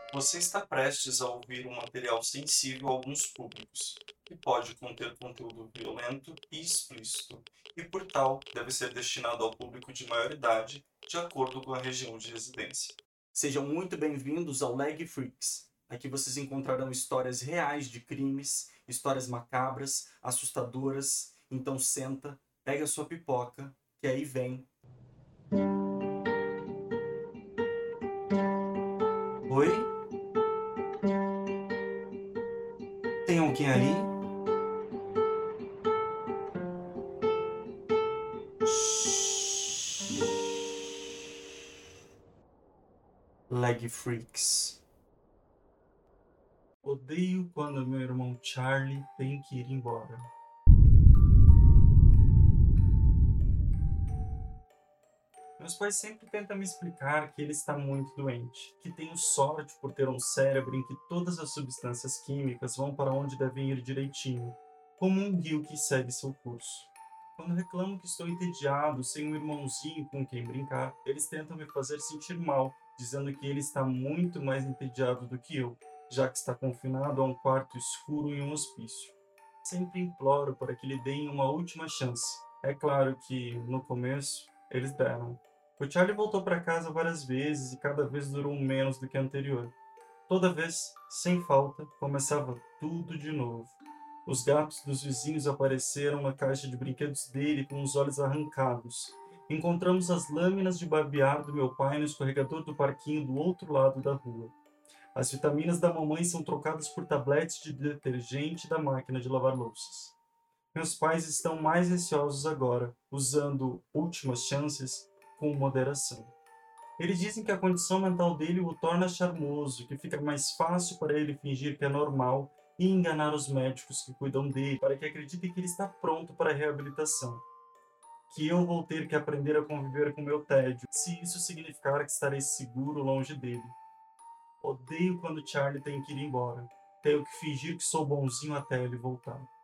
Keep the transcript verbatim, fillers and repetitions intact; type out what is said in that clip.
Você está prestes a ouvir um material sensível a alguns públicos, que pode conter conteúdo violento e explícito, e por tal deve ser destinado ao público de maior idade, de acordo com a região de residência. Sejam muito bem-vindos ao Leg Freaks. Aqui vocês encontrarão histórias reais de crimes, histórias macabras, assustadoras. Então senta, pega a sua pipoca, que aí vem. Oi? Tem alguém aí? Leg Freaks. Odeio quando meu irmão Charlie tem que ir embora. Meus pais sempre tentam me explicar que ele está muito doente, que tenho sorte por ter um cérebro em que todas as substâncias químicas vão para onde devem ir direitinho, como um rio que segue seu curso. Quando reclamo que estou entediado, sem um irmãozinho com quem brincar, eles tentam me fazer sentir mal, dizendo que ele está muito mais entediado do que eu, já que está confinado a um quarto escuro em um hospício. Sempre imploro para que lhe deem uma última chance. É claro que, no começo, eles deram. O Charlie voltou para casa várias vezes e cada vez durou menos do que a anterior. Toda vez, sem falta, começava tudo de novo. Os gatos dos vizinhos apareceram na caixa de brinquedos dele com os olhos arrancados. Encontramos as lâminas de barbear do meu pai no escorregador do parquinho do outro lado da rua. As vitaminas da mamãe são trocadas por tabletes de detergente da máquina de lavar louças. Meus pais estão mais receosos agora, usando últimas chances com moderação. Eles dizem que a condição mental dele o torna charmoso, que fica mais fácil para ele fingir que é normal e enganar os médicos que cuidam dele para que acreditem que ele está pronto para a reabilitação. Que eu vou ter que aprender a conviver com meu tédio, se isso significar que estarei seguro longe dele. Odeio quando Charlie tem que ir embora. Tenho que fingir que sou bonzinho até ele voltar.